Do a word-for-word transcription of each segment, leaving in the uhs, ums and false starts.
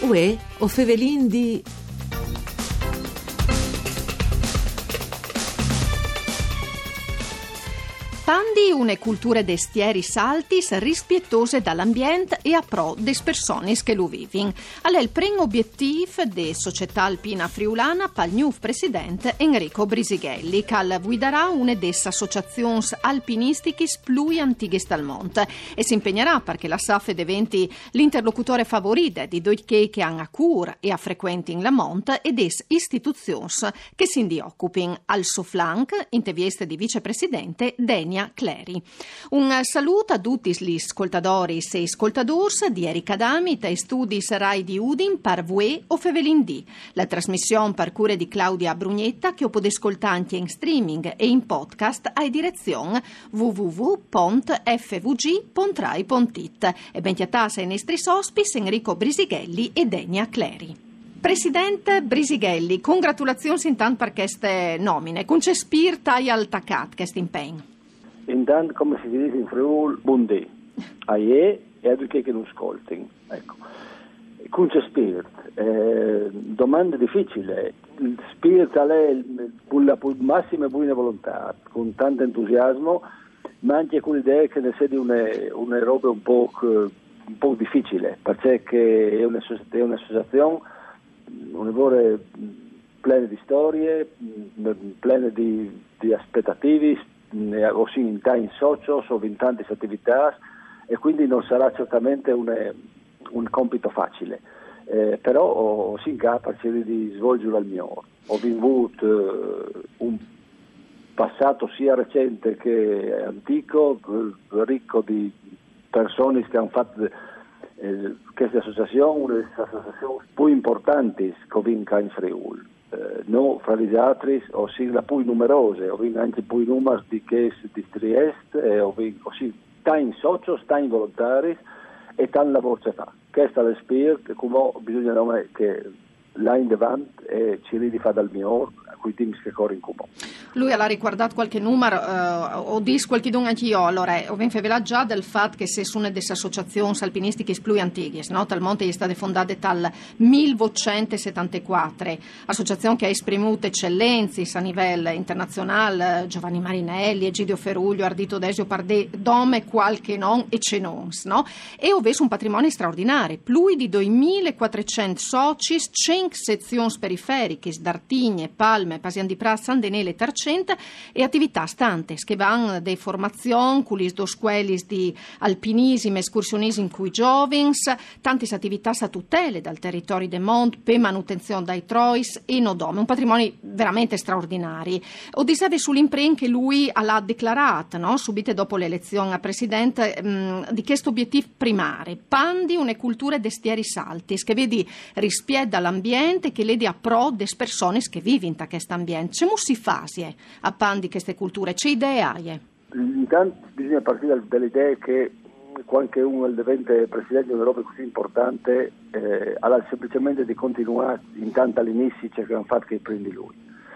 Uè, o Fevelin di... Pandi une culture d'estieri saltis rispiettose dall'ambiente e a pro des personis che lo vivin. All'è il primo obiettivo de Società Alpina Friulana pal nuovo presidente Enrico Brisighelli, che guiderà una des associazioni alpinistiche più antiche dal monte e si impegnerà perché la S A F diventi l'interlocutore favorito di doiché che hanno a cura e a frequenti in la monte e des istituzioni che si occupin. Al suo flank, interviste di vicepresidente Denia Cleri. Un saluto a tutti gli ascoltatori e ascoltadors di Erika Damit e studi Rai di Udin par Vue o Fevelin D. La trasmissione per cure di Claudia Brugnetta che potete ascoltare anche in streaming e in podcast a direzione w w w punto f v g punto rai punto it e bentiatassa ai nostri ospiti Enrico Brisighelli e Denia Cleri. Presidente Brisighelli, congratulazioni intanto per queste nomine. Con c'è spirta e altacat questo impegno? Intanto, come si dice in Friuli, buondì, aie e a tutti che non ascoltano. Ecco. Con c'è spirito, eh, domanda difficile. Il spirito è la massima buona volontà, con tanto entusiasmo, ma anche con l'idea che ne sia di una, una roba un po', un po' difficile, perché è, una, è un'associazione, un lavoro pieno di storie, pieno di, di aspettative, o si in tanti socios o in tante attività e quindi non sarà certamente un, un compito facile, eh, però ho sin capace di svolgerlo al mio. Ho avuto eh, un passato sia recente che antico, ricco di persone che hanno fatto eh, questa associazione, una delle associazioni più importanti che ho vinto in Friuli. Eh, no, fra gli altri, ho sì la più numerose, ho vinto anche più numeri di che di Trieste, e ho vinto sì, tanti soci, tanti volontari e tanto lavoro si fa. Questo è lo spirito, come bisogna dire che là in davanti e ci ridi fa dal mio a quei team che corrono in cubo. Lui ha ricordato qualche numero, eh, o dis qualche d'un anche io, allora, ho ben favela già del fatto che se sono delle associazioni alpinistiche più antiche, no? Tal monte è stata fondata dal milleottocentosettantaquattro, associazione che ha esprimuto eccellenze a livello internazionale, Giovanni Marinelli, Egidio Feruglio, Ardito Desio Pardè, Dome, qualche non e cenons, no? E ho visto un patrimonio straordinario, più di duemilaquattrocento soci, cento sezioni periferiche, d'Artigne, Palme, Pasian di Pras, San Denele, Tarcenta e attività stante, che vanno da formazioni, culis dos quellis di alpinismo, escursionismo cui giovens, tante attività a tutele dal territorio de Mont, per manutenzione dai Trois e Nodome, un patrimonio veramente straordinario. Ho disave sull'impegno che lui ha declarato, no? Subito dopo l'elezione a presidente, mh, di questo obiettivo primario, pandi une culture d'estieri saltis, che vedi rispieda l'ambiente che lede a pro des persone che vivono in questo ambiente. Come si fa a pandi queste culture? C'è idea? Intanto bisogna partire dall'idea che qualche uno diventa presidente di un'Europa così importante eh, ha semplicemente di continuare intanto all'inizio che hanno fatto che prendi lui.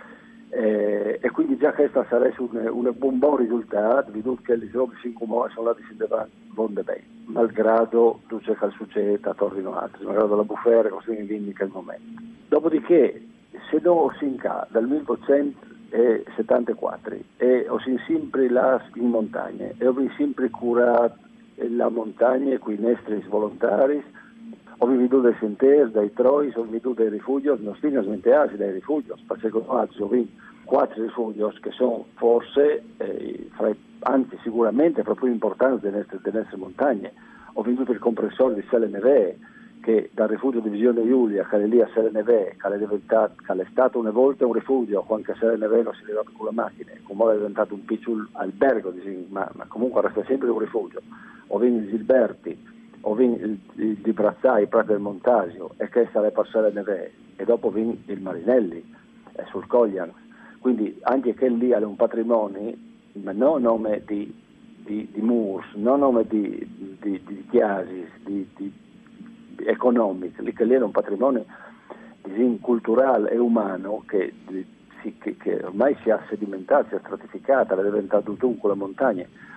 Eh, e quindi già questa sarebbe un, un buon, buon risultato, veduto che le robe si sono andate in davanti vanno bene, malgrado tutto ciò che succede a Torino altri, malgrado la bufera così mi vindica il momento. Dopodiché, se non si incà dal milleottocentosettantaquattro e ho sempre là in montagna e ho sempre curato la montagna con i nostri volontari, ho vivuto dei sentieri, dai Trois, ho vivuto dei rifugi, non stiamo a smentirsi dai rifugi, perché con altri ho vinto quattro rifugi che sono forse, eh, fra, anzi sicuramente, proprio importanti delle nostre, delle nostre montagne. Ho venduto il compressore di Sele Neve, che dal rifugio di Visione Giulia, che è lì a Sele Neve, che è, diventato, che è stato una volta un rifugio, quando a Sele Neve non si arrivava con la macchina, come è diventato un piccolo albergo, ma, ma comunque resta sempre un rifugio. Ho vinto i Gilberti, ho vinto il, il di Brazzai, il Prato del Montasio, e che sarà per Sele Neve, e dopo ho vinto il Marinelli, eh, sul Coglian. Quindi anche che lì è un patrimonio, ma non nome di, di, di Murs, non nome di, di, di chiasis, di, di, di economici, lì che lì è un patrimonio di, culturale e umano che, di, si, che, che ormai si è sedimentato, si è stratificato, è diventato tutto con la montagna.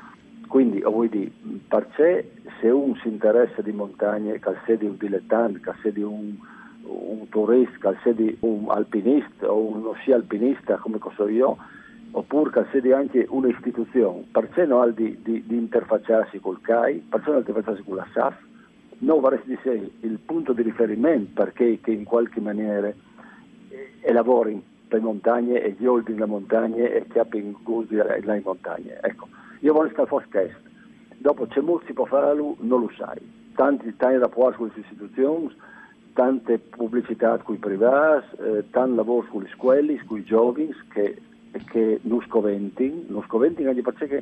Quindi, vuoi dire, perché se uno si interessa di montagne, che sia di un dilettante, che sia di un, un turista, che sia di un alpinista o uno sci alpinista come so io, oppure che sia di anche un'istituzione, perché non ha di, di, di interfacciarsi col C A I, perché non ha di interfacciarsi con la S A F, non vorresti di sé il punto di riferimento perché che in qualche maniera eh, lavori per montagne e gli oldi nelle montagne e chiappi in gusti nelle montagne. Ecco, io voglio che fosse questo. Dopo c'è molto si può farlo, non lo sai. Tanti, tanti rapporti con le istituzioni, tante pubblicità con i privati, eh, tanti lavori con le scuole, con i giovani che, che non scoventino, non scoventino anche perché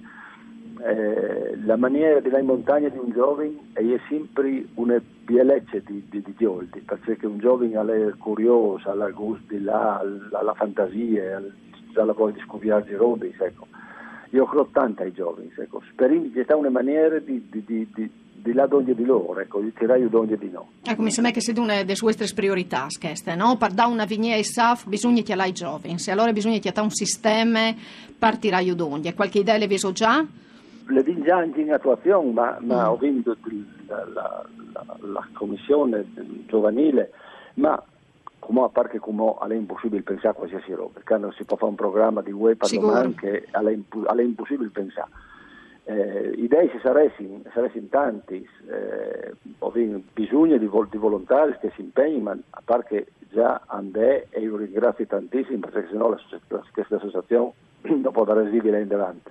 eh, la maniera di andare in montagna di un giovane è sempre una bellezza di, di, di gioldi, perché un giovane è curioso, ha il gusto di là, ha la fantasia, ha la voglia di scoprire di robe, ecco. Io credo tanto ai giovani, ecco. Speriamo che sia una maniera di, di, di, di, di là d'ogni di loro, ecco, di tirare d'ogni di no. Ecco, mi sembra che sia una delle sue priorità, queste, no? Per dare una vigna ai S A F bisogna che ai giovani, se allora bisogna che un sistema per tirare d'ogni. Qualche idea le vedo già? Le vedo già in attuazione, ma, ma ho vinto la, la, la, la commissione giovanile, ma come a parte come è impossibile pensare a qualsiasi roba, perché non si può fare un programma di web per domani che è, imp- è impossibile pensare. Eh, idee ci sarebbero, sarebbero tanti, eh, bisogna di, vol- di volontari che si impegnino, ma a parte che già andè e io ringrazio tantissimo perché sennò la, la, questa associazione non può dare visibile in davanti,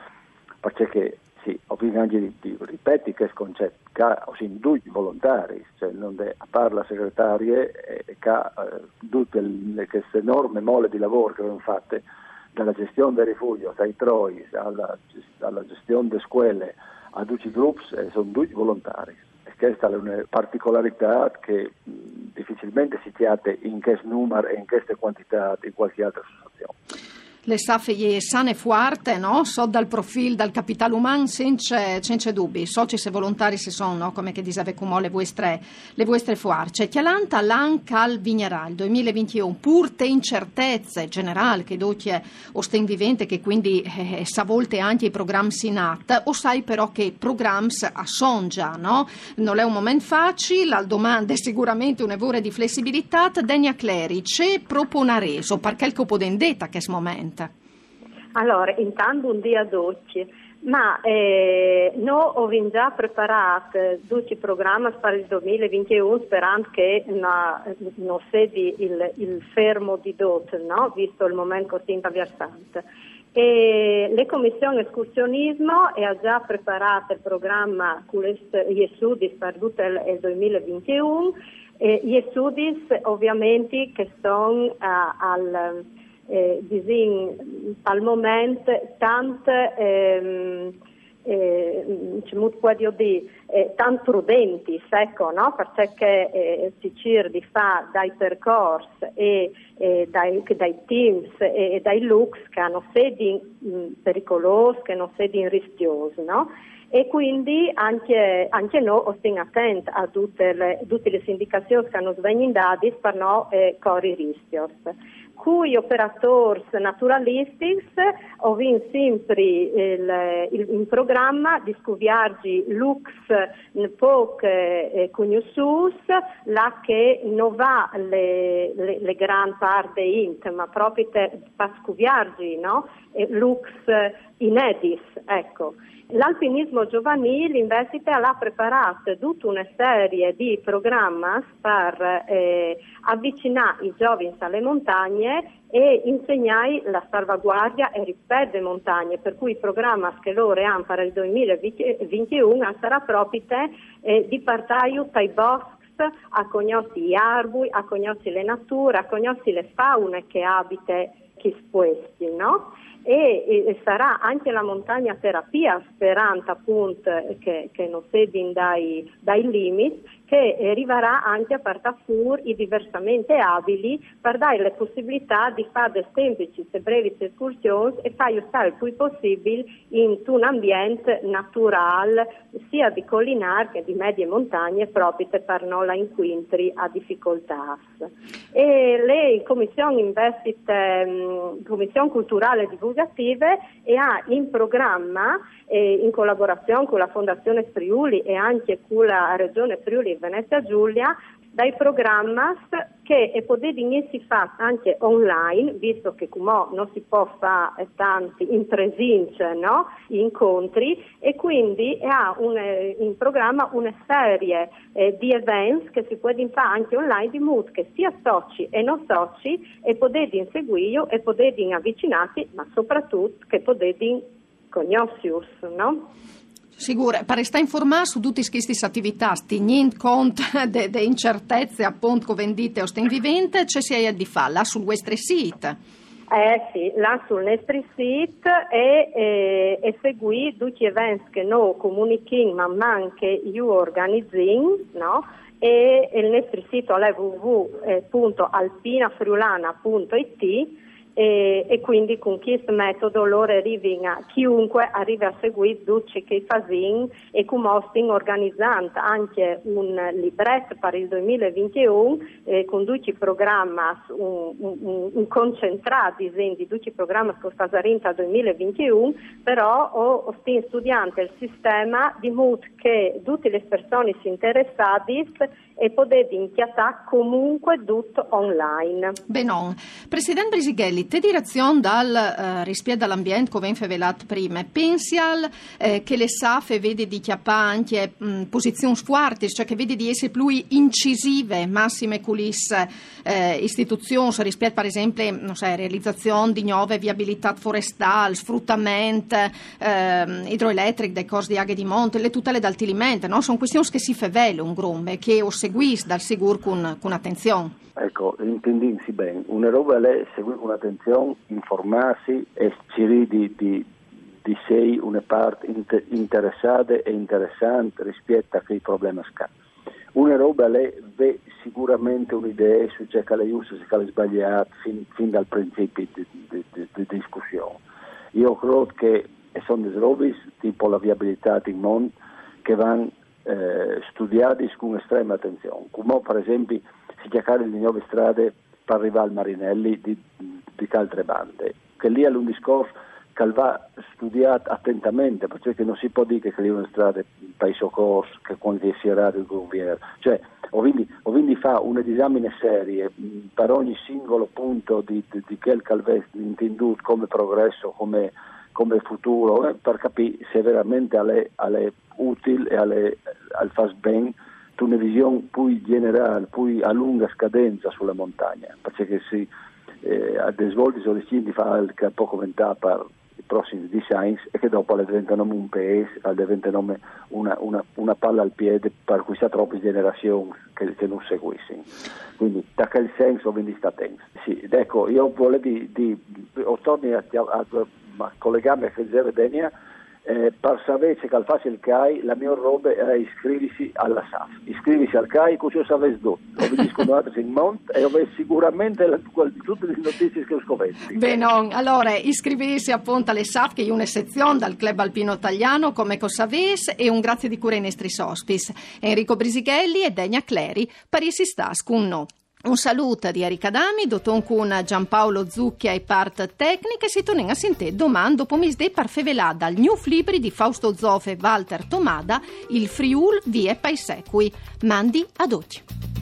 perché sì, ho visto anche di, di ripeti che è concetto che sono due volontari, cioè non de, a parte la segretaria e che ha eh, tutte le, queste enorme mole di lavoro che abbiamo fatte dalla gestione del rifugio, dai troi, alla, alla gestione delle scuole, a tutti i gruppi, eh, sono due volontari. E questa è una particolarità che mh, difficilmente si chiede in questo numero e in queste quantità in qualche altra associazione. Le S A F e sane fuarte, no? So dal profilo, dal capitale umano, senza, senza dubbi. Soci se volontari si sono, no? Come che diceva come le vostre, le vostre fuarce. Chialanta l'anca al Vigneral duemilaventuno, pur te incertezze generali che doce o sten vivente, che quindi eh, sa volte anche i programmi Sinat, o sai però che programmi a songia, no? Non è un momento facile, la domanda è sicuramente un'evore di flessibilità. Degna Cleri, c'è proponareso, perché il copodendeta che è momento? Allora, intanto un dia dolce, ma eh, noi abbiamo già preparato tutti i programmi per il duemilaventuno sperando che no, non sia il, il fermo di dote, no? Visto il momento così versante. E le commissioni escursionismo ha già preparato il programma con gli studi per tutto il duemilaventuno, e gli studi ovviamente che sono uh, al Eh, disin, al momento tanto ehm, eh, eh, tanto prudenti, ecco, no? Perché eh, si cerca di fare dai percorsi e eh, dai, dai teams e, e dai looks che hanno sedi mh, pericolosi, che hanno sedi rischiosi, no? E quindi anche, anche noi stiamo attenti a tutte le, tutte le indicazioni che hanno svenuto per non eh, correre rischi. Cui operatori naturalistici ho vinto sempre il, il, il programma di scoprire lux poco eh, conosciuti, là che non va le, le, le grandi parti int, ma proprio per scoprire, no? Lux inedis, ecco. L'alpinismo giovanile invece ha preparato tutta una serie di programmi per eh, avvicinare i giovani alle montagne e insegnare la salvaguardia e rispetto delle montagne, per cui il programma che loro hanno per il duemilaventuno sarà proprio eh, di partire dai boschi a conoscere gli arbori, a conoscere le nature, a conoscere le faune che abitano chi esposti, no? E, e sarà anche la montagna terapia sperando appunto che, che non sedin dai, dai limiti, che arriverà anche a portare fuori i diversamente abili per dare le possibilità di fare semplici e brevi escursioni e fare stare il più possibile in un ambiente naturale sia di collinare che di medie montagne proprio per non la inquintri a difficoltà. E le commissioni investite, Commissione Culturale di divulgative e ha in programma, eh, in collaborazione con la Fondazione Friuli e anche con la Regione Friuli Venezia Giulia, dai programmi che è potete si fa anche online, visto che come non si può fare tanti in presenza, no? Incontri, e quindi ha un, in programma una serie eh, di events che si può fare anche online di mood che sia soci e non soci, e potete inseguire e potete avvicinarsi, ma soprattutto che potete conoscersi, no? Sicuro, per restare informati su tutte queste attività, tenendo conto delle incertezze appunto che vendite o sten vivente, c'è si è di fare là sul vostro sito. Eh sì, là sul nostro sito e, e, e seguì tutti gli eventi che noi comunichiamo man mano che io organizziamo, no? E il nostro sito è w w w punto alpina friulana punto i t. E, e quindi con questo metodo loro arrivano, chiunque arriva a seguire tutti che fanno, e come stiamo organizzando anche un libretto per il duemilaventuno eh, con tutti i programmi, un, un, un concentrato disegno di tutti i programmi che faranno nel duemilaventuno, però ho, ho stiamo studiando il sistema di modo che tutte le persone si interessate e potete inchiatare comunque tutto online. Benon. Presidente Brisighelli, te direzione dal eh, rispetto all'ambiente come infevelato prima, pensi al eh, che le S A F vede di chiappare anche mh, posizioni forti, cioè che vede di essere più incisive, massime culisse eh, istituzioni rispetto per esempio non so, realizzazione di nuove viabilità forestali, sfruttamento eh, idroelettrico dei corsi di aghe di monte, le tutele d'altilimento, no? Sono questioni che si fevele un grume, che o seguis dal sicuro con, con attenzione. Ecco, intendensi bene, una roba è seguire con attenzione, informarsi e cercare di, di, di sei una parte inter- interessata e interessante rispetto a che problema scappa. Una roba è sicuramente un'idea su ciò che è giusto e che è sbagliato fin, fin dal principio di, di, di, di discussione. Io credo che sono delle robe tipo la viabilità di monte che vanno eh, studiate con estrema attenzione, come per esempio si cercare le nuove strade per arrivare al Marinelli di, di altre bande, che lì è un discorso che va studiato attentamente, perché non si può dire che lì è una strada per i soccorsi, che quando si era il governo, cioè o quindi, o quindi fa una disamine serie per ogni singolo punto di, di, di quel che è intendut come progresso, come, come futuro, eh, per capire se veramente è utile e alle, al fast bene una visione più generale, più a lunga scadenza sulla montagna, perché si eh, a svolti sono di fare che può commentare per i prossimi design e che dopo le diventano un paese, diventano una, una, una palla al piede per cui sia troppe generazioni che, che non seguissero. Quindi da quel senso quindi sta attento. Sì, ecco, io volevo di, di ho torni a, a, a collegarmi a Cristiano Denia. Eh, per sapere che al facile il C A I la mia roba era iscriversi alla S A F, iscriversi al C A I così io sapessi tutto, ho visto in monte e ho visto sicuramente la, tutte le notizie che ho scoperto. Bene, allora iscriversi appunto alle S A F che è una sezione dal Club Alpino Italiano come Cosaves, e un grazie di cura ai nostri sospis Enrico Brisighelli e Denia Cleri per il sistas con no. Un saluto di Erika Dami, dottor con Giampaolo Zucchia e part tecniche. Si torna a sentire domani dopo misdè per fevelà dal New Libri di Fausto Zoff e Walter Tomada, il Friul vie Paisequi. Mandi ad oggi.